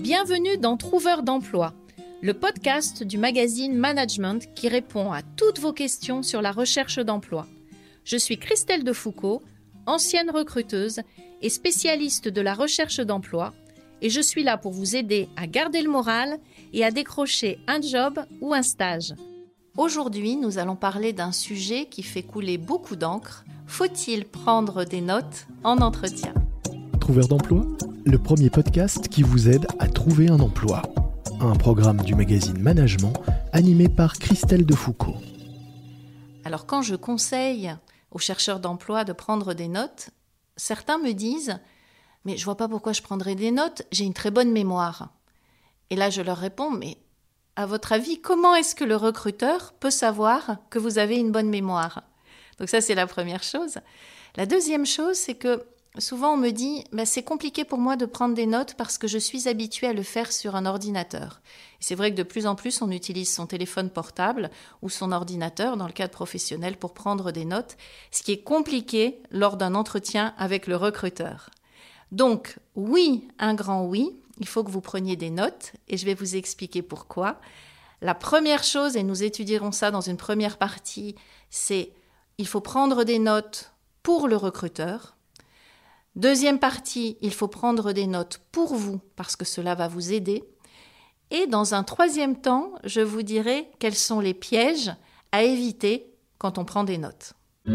Bienvenue dans Trouveur d'emploi, le podcast du magazine Management qui répond à toutes vos questions sur la recherche d'emploi. Je suis Christelle Defoucault, ancienne recruteuse et spécialiste de la recherche d'emploi, et je suis là pour vous aider à garder le moral et à décrocher un job ou un stage. Aujourd'hui, nous allons parler d'un sujet qui fait couler beaucoup d'encre. Faut-il prendre des notes en entretien ? Trouveur d'emploi, le premier podcast qui vous aide à trouver un emploi. Un programme du magazine Management animé par Christelle Defoucault. Alors quand je conseille aux chercheurs d'emploi de prendre des notes, certains me disent « Mais je vois pas pourquoi je prendrais des notes, j'ai une très bonne mémoire. » Et là je leur réponds « Mais à votre avis, comment est-ce que le recruteur peut savoir que vous avez une bonne mémoire ?» Donc ça c'est la première chose. La deuxième chose, c'est que souvent on me dit c'est compliqué pour moi de prendre des notes parce que je suis habituée à le faire sur un ordinateur. Et c'est vrai que de plus en plus on utilise son téléphone portable ou son ordinateur dans le cadre professionnel pour prendre des notes, ce qui est compliqué lors d'un entretien avec le recruteur. Donc oui, un grand oui, il faut que vous preniez des notes et je vais vous expliquer pourquoi. La première chose, et nous étudierons ça dans une première partie, c'est il faut prendre des notes pour le recruteur. Deuxième partie, il faut prendre des notes pour vous parce que cela va vous aider. Et dans un troisième temps, je vous dirai quels sont les pièges à éviter quand on prend des notes.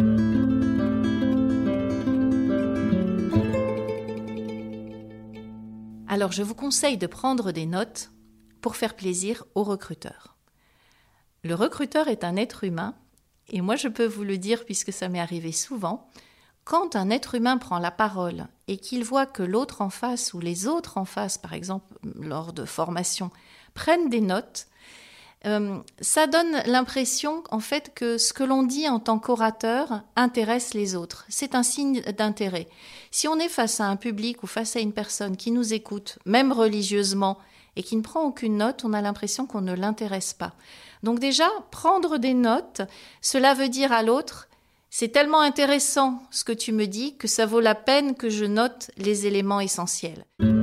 Alors, je vous conseille de prendre des notes pour faire plaisir au recruteur. Le recruteur est un être humain, et moi je peux vous le dire puisque ça m'est arrivé souvent. Quand un être humain prend la parole et qu'il voit que l'autre en face ou les autres en face, par exemple lors de formation, prennent des notes, ça donne l'impression en fait que ce que l'on dit en tant qu'orateur intéresse les autres. C'est un signe d'intérêt. Si on est face à un public ou face à une personne qui nous écoute, même religieusement, et qui ne prend aucune note, on a l'impression qu'on ne l'intéresse pas. Donc déjà, prendre des notes, cela veut dire à l'autre « C'est tellement intéressant ce que tu me dis que ça vaut la peine que je note les éléments essentiels. »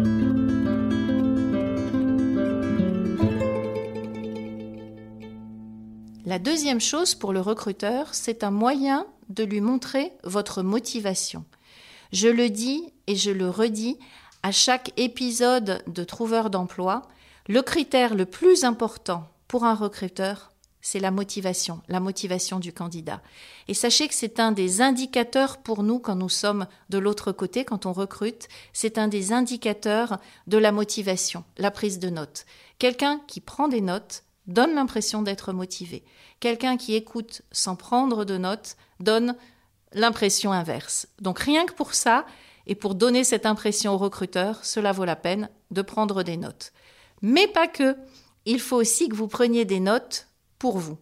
La deuxième chose pour le recruteur, c'est un moyen de lui montrer votre motivation. Je le dis et je le redis à chaque épisode de Trouveur d'emploi, le critère le plus important pour un recruteur, c'est la motivation du candidat. Et sachez que c'est un des indicateurs pour nous quand nous sommes de l'autre côté, quand on recrute, c'est un des indicateurs de la motivation, la prise de notes. Quelqu'un qui prend des notes donne l'impression d'être motivé. Quelqu'un qui écoute sans prendre de notes donne l'impression inverse. Donc rien que pour ça, et pour donner cette impression au recruteur, cela vaut la peine de prendre des notes. Mais pas que, il faut aussi que vous preniez des notes pour vous.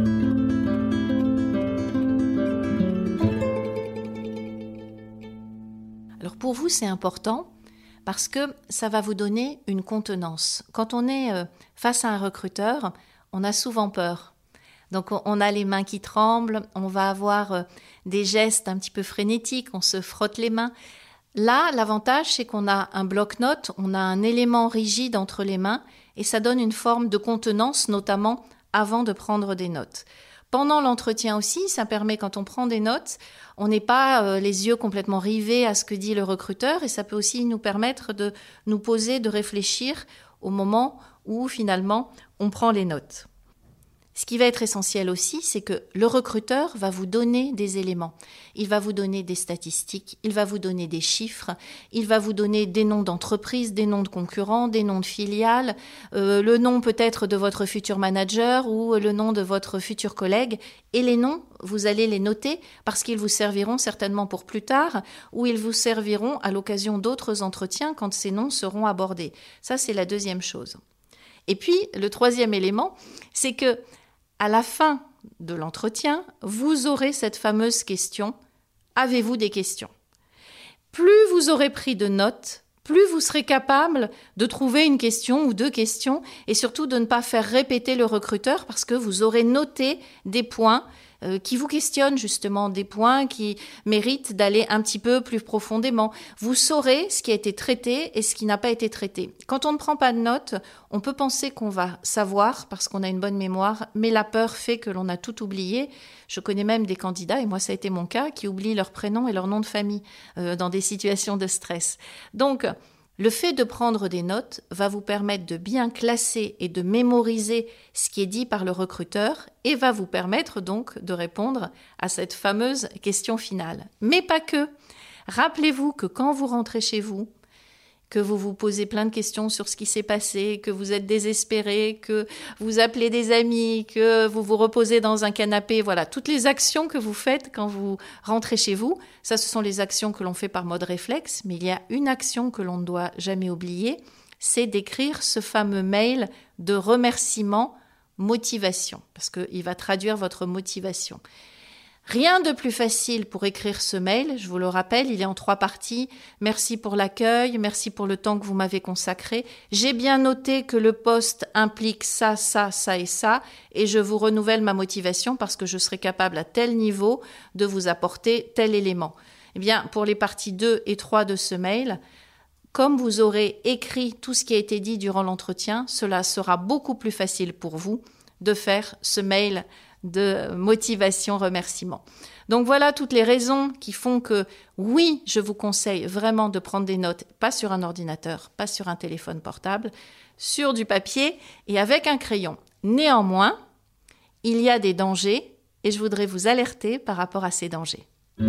Alors pour vous, c'est important parce que ça va vous donner une contenance. Quand on est face à un recruteur, on a souvent peur. Donc on a les mains qui tremblent, on va avoir des gestes un petit peu frénétiques, on se frotte les mains. Là, l'avantage, c'est qu'on a un bloc-notes, on a un élément rigide entre les mains et ça donne une forme de contenance, notamment avant de prendre des notes. Pendant l'entretien aussi, ça permet, quand on prend des notes, on n'est pas les yeux complètement rivés à ce que dit le recruteur et ça peut aussi nous permettre de nous poser, de réfléchir au moment où finalement on prend les notes. Ce qui va être essentiel aussi, c'est que le recruteur va vous donner des éléments. Il va vous donner des statistiques, il va vous donner des chiffres, il va vous donner des noms d'entreprises, des noms de concurrents, des noms de filiales, le nom peut-être de votre futur manager ou le nom de votre futur collègue. Et les noms, vous allez les noter parce qu'ils vous serviront certainement pour plus tard ou ils vous serviront à l'occasion d'autres entretiens quand ces noms seront abordés. Ça, c'est la deuxième chose. Et puis, le troisième élément, c'est que à la fin de l'entretien, vous aurez cette fameuse question « Avez-vous des questions ?» Plus vous aurez pris de notes, plus vous serez capable de trouver une question ou deux questions et surtout de ne pas faire répéter le recruteur parce que vous aurez noté des points qui vous questionnent justement, des points qui méritent d'aller un petit peu plus profondément. Vous saurez ce qui a été traité et ce qui n'a pas été traité. Quand on ne prend pas de notes, on peut penser qu'on va savoir parce qu'on a une bonne mémoire, mais la peur fait que l'on a tout oublié. Je connais même des candidats, et moi ça a été mon cas, qui oublient leur prénom et leur nom de famille dans des situations de stress. Donc, le fait de prendre des notes va vous permettre de bien classer et de mémoriser ce qui est dit par le recruteur et va vous permettre donc de répondre à cette fameuse question finale. Mais pas que. Rappelez-vous que quand vous rentrez chez vous, que vous vous posez plein de questions sur ce qui s'est passé, que vous êtes désespéré, que vous appelez des amis, que vous vous reposez dans un canapé, voilà, toutes les actions que vous faites quand vous rentrez chez vous, ça ce sont les actions que l'on fait par mode réflexe, mais il y a une action que l'on ne doit jamais oublier, c'est d'écrire ce fameux mail de remerciement, motivation, parce qu'il va traduire votre motivation. Rien de plus facile pour écrire ce mail, je vous le rappelle, il est en 3 parties. Merci pour l'accueil, merci pour le temps que vous m'avez consacré. J'ai bien noté que le poste implique ça, ça, ça et ça, et je vous renouvelle ma motivation parce que je serai capable à tel niveau de vous apporter tel élément. Eh bien, pour les parties 2 et 3 de ce mail, comme vous aurez écrit tout ce qui a été dit durant l'entretien, cela sera beaucoup plus facile pour vous de faire ce mail de motivation, remerciement. Donc voilà toutes les raisons qui font que oui, je vous conseille vraiment de prendre des notes, pas sur un ordinateur, pas sur un téléphone portable, sur du papier et avec un crayon. Néanmoins, il y a des dangers et je voudrais vous alerter par rapport à ces dangers.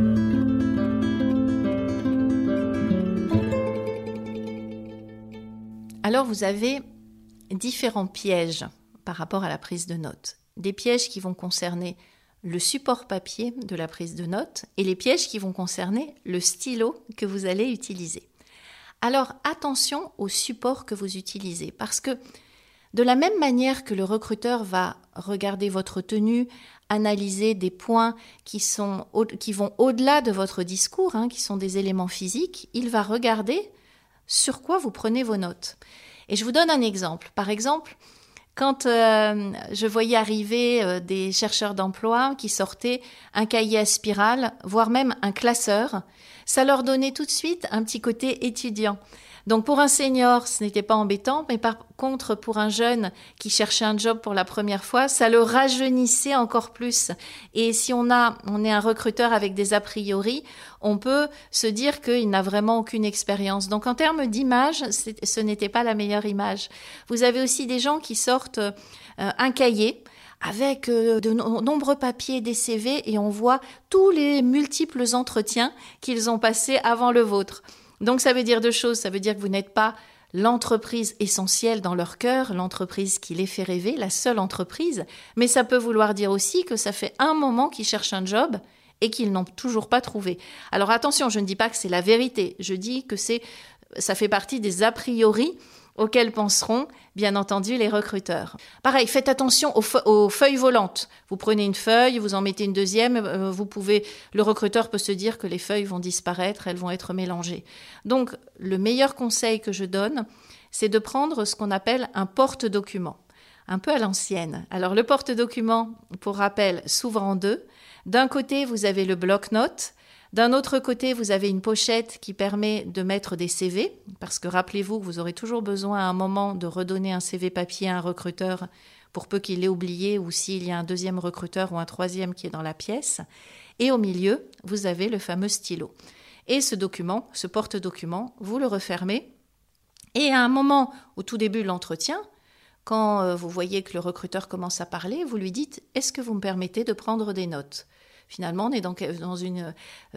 Alors vous avez différents pièges par rapport à la prise de notes. Des pièges qui vont concerner le support papier de la prise de notes et les pièges qui vont concerner le stylo que vous allez utiliser. Alors attention au support que vous utilisez parce que de la même manière que le recruteur va regarder votre tenue, analyser des points qui vont au-delà de votre discours, qui sont des éléments physiques, il va regarder sur quoi vous prenez vos notes. Et je vous donne un exemple. Par exemple, quand je voyais arriver des chercheurs d'emploi qui sortaient un cahier à spirale, voire même un classeur, ça leur donnait tout de suite un petit côté étudiant. Donc pour un senior, ce n'était pas embêtant, mais par contre pour un jeune qui cherchait un job pour la première fois, ça le rajeunissait encore plus. Et si on est un recruteur avec des a priori, on peut se dire qu'il n'a vraiment aucune expérience. Donc en termes d'image, ce n'était pas la meilleure image. Vous avez aussi des gens qui sortent un cahier avec de nombreux papiers, des CV, et on voit tous les multiples entretiens qu'ils ont passés avant le vôtre. Donc ça veut dire deux choses, ça veut dire que vous n'êtes pas l'entreprise essentielle dans leur cœur, l'entreprise qui les fait rêver, la seule entreprise, mais ça peut vouloir dire aussi que ça fait un moment qu'ils cherchent un job et qu'ils n'ont toujours pas trouvé. Alors attention, je ne dis pas que c'est la vérité, je dis que ça fait partie des a priori auxquels penseront, bien entendu, les recruteurs. Pareil, faites attention aux feuilles volantes. Vous prenez une feuille, vous en mettez une deuxième, le recruteur peut se dire que les feuilles vont disparaître, elles vont être mélangées. Donc, le meilleur conseil que je donne, c'est de prendre ce qu'on appelle un porte-document, un peu à l'ancienne. Alors, le porte-document, pour rappel, s'ouvre en deux. D'un côté, vous avez le bloc-notes. D'un autre côté, vous avez une pochette qui permet de mettre des CV, parce que rappelez-vous que vous aurez toujours besoin à un moment de redonner un CV papier à un recruteur pour peu qu'il l'ait oublié ou s'il y a un deuxième recruteur ou un troisième qui est dans la pièce. Et au milieu, vous avez le fameux stylo. Et ce document, ce porte-document, vous le refermez. Et à un moment, au tout début de l'entretien, quand vous voyez que le recruteur commence à parler, vous lui dites « Est-ce que vous me permettez de prendre des notes ?» Finalement, on est dans une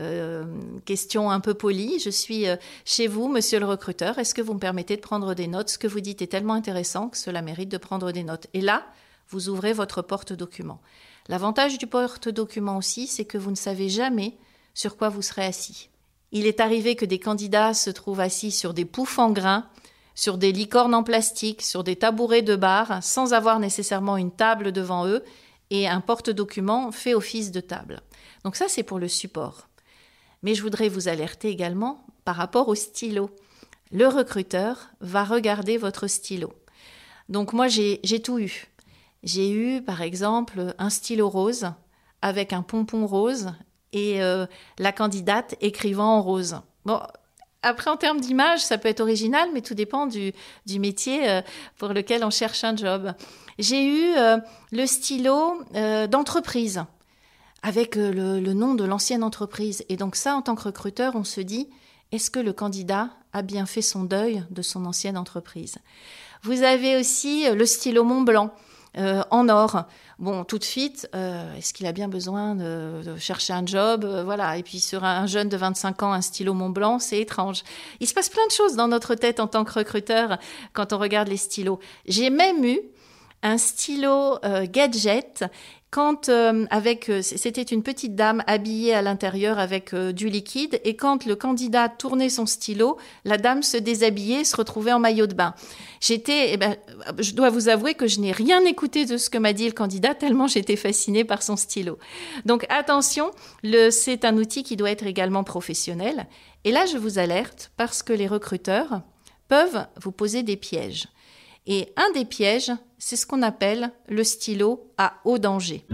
question un peu polie. Je suis chez vous, monsieur le recruteur. Est-ce que vous me permettez de prendre des notes ? Ce que vous dites est tellement intéressant que cela mérite de prendre des notes. Et là, vous ouvrez votre porte-document. L'avantage du porte-document aussi, c'est que vous ne savez jamais sur quoi vous serez assis. Il est arrivé que des candidats se trouvent assis sur des poufs en grains, sur des licornes en plastique, sur des tabourets de bar, sans avoir nécessairement une table devant eux, et un porte-document fait office de table. Donc ça, c'est pour le support. Mais je voudrais vous alerter également par rapport au stylo. Le recruteur va regarder votre stylo. Donc moi, j'ai tout eu. J'ai eu, par exemple, un stylo rose avec un pompon rose et la candidate écrivant en rose. Bon, après, en termes d'image, ça peut être original, mais tout dépend du métier pour lequel on cherche un job. J'ai eu le stylo d'entreprise avec le nom de l'ancienne entreprise. Et donc ça, en tant que recruteur, on se dit, est-ce que le candidat a bien fait son deuil de son ancienne entreprise ? Vous avez aussi le stylo Montblanc. En or. Bon, tout de suite, est-ce qu'il a bien besoin de chercher un job ? Voilà. Et puis sur un jeune de 25 ans, un stylo Montblanc, c'est étrange. Il se passe plein de choses dans notre tête en tant que recruteur quand on regarde les stylos. J'ai même eu un stylo gadget quand c'était une petite dame habillée à l'intérieur avec du liquide, et quand le candidat tournait son stylo, la dame se déshabillait et se retrouvait en maillot de bain. Je dois vous avouer que je n'ai rien écouté de ce que m'a dit le candidat, tellement j'étais fascinée par son stylo. Donc attention, c'est un outil qui doit être également professionnel. Et là, je vous alerte parce que les recruteurs peuvent vous poser des pièges. Et un des pièges, c'est ce qu'on appelle le stylo à haut danger.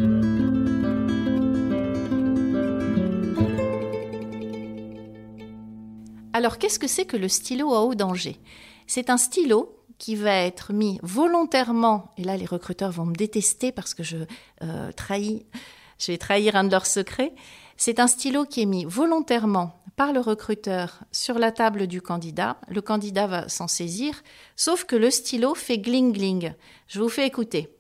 Alors, qu'est-ce que c'est que le stylo à haut danger ? C'est un stylo qui va être mis volontairement, et là les recruteurs vont me détester parce que je vais trahir un de leurs secrets. C'est un stylo qui est mis volontairement par le recruteur sur la table du candidat. Le candidat va s'en saisir, sauf que le stylo fait gling-gling. Je vous fais écouter.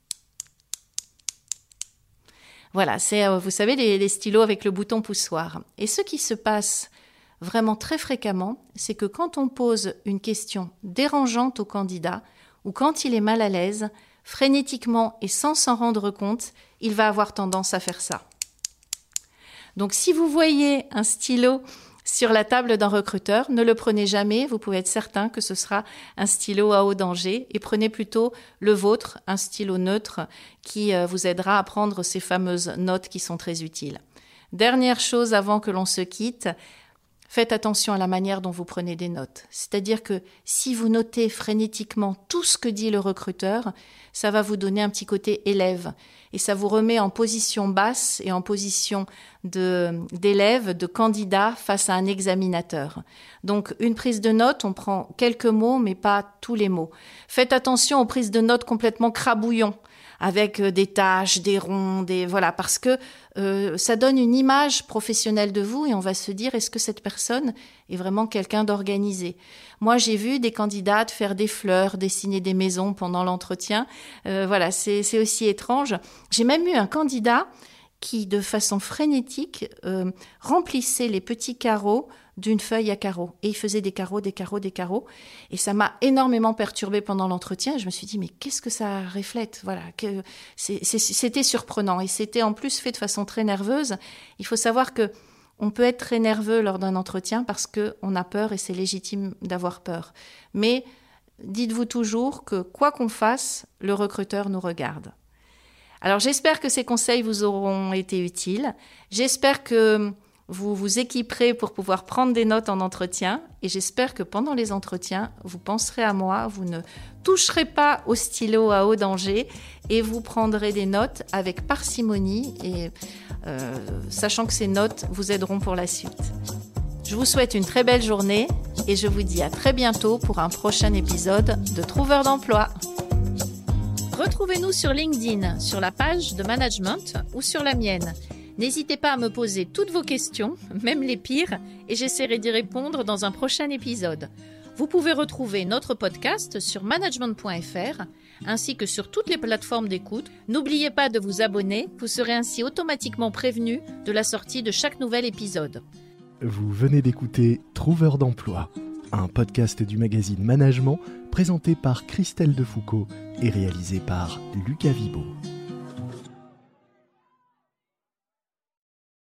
Voilà, c'est, vous savez, les stylos avec le bouton poussoir. Et ce qui se passe vraiment très fréquemment, c'est que quand on pose une question dérangeante au candidat, ou quand il est mal à l'aise, frénétiquement et sans s'en rendre compte, il va avoir tendance à faire ça. Donc, si vous voyez un stylo sur la table d'un recruteur, ne le prenez jamais. Vous pouvez être certain que ce sera un stylo à haut danger. Et prenez plutôt le vôtre, un stylo neutre qui vous aidera à prendre ces fameuses notes qui sont très utiles. Dernière chose avant que l'on se quitte, faites attention à la manière dont vous prenez des notes. C'est-à-dire que si vous notez frénétiquement tout ce que dit le recruteur, ça va vous donner un petit côté élève. Et ça vous remet en position basse et en position d'élève, de candidat face à un examinateur. Donc, une prise de notes, on prend quelques mots, mais pas tous les mots. Faites attention aux prises de notes complètement crabouillons, avec des taches, des ronds, voilà, parce que ça donne une image professionnelle de vous et on va se dire, est-ce que cette personne est vraiment quelqu'un d'organisé ? Moi, j'ai vu des candidates faire des fleurs, dessiner des maisons pendant l'entretien. Voilà, c'est aussi étrange. J'ai même eu un candidat qui, de façon frénétique, remplissait les petits carreaux d'une feuille à carreaux. Et il faisait des carreaux, des carreaux, des carreaux. Et ça m'a énormément perturbée pendant l'entretien. Je me suis dit, mais qu'est-ce que ça reflète ? Voilà, c'était surprenant. Et c'était en plus fait de façon très nerveuse. Il faut savoir que on peut être très nerveux lors d'un entretien parce qu'on a peur et c'est légitime d'avoir peur. Mais dites-vous toujours que quoi qu'on fasse, le recruteur nous regarde. Alors j'espère que ces conseils vous auront été utiles. J'espère que vous vous équiperez pour pouvoir prendre des notes en entretien et j'espère que pendant les entretiens, vous penserez à moi, vous ne toucherez pas au stylo à haut danger et vous prendrez des notes avec parcimonie et sachant que ces notes vous aideront pour la suite. Je vous souhaite une très belle journée et je vous dis à très bientôt pour un prochain épisode de Trouveur d'emploi. Retrouvez-nous sur LinkedIn, sur la page de management ou sur la mienne. N'hésitez pas à me poser toutes vos questions, même les pires, et j'essaierai d'y répondre dans un prochain épisode. Vous pouvez retrouver notre podcast sur management.fr ainsi que sur toutes les plateformes d'écoute. N'oubliez pas de vous abonner, vous serez ainsi automatiquement prévenu de la sortie de chaque nouvel épisode. Vous venez d'écouter Trouveur d'emploi, un podcast du magazine Management présenté par Christelle Defoucault et réalisé par Lucas Vibo.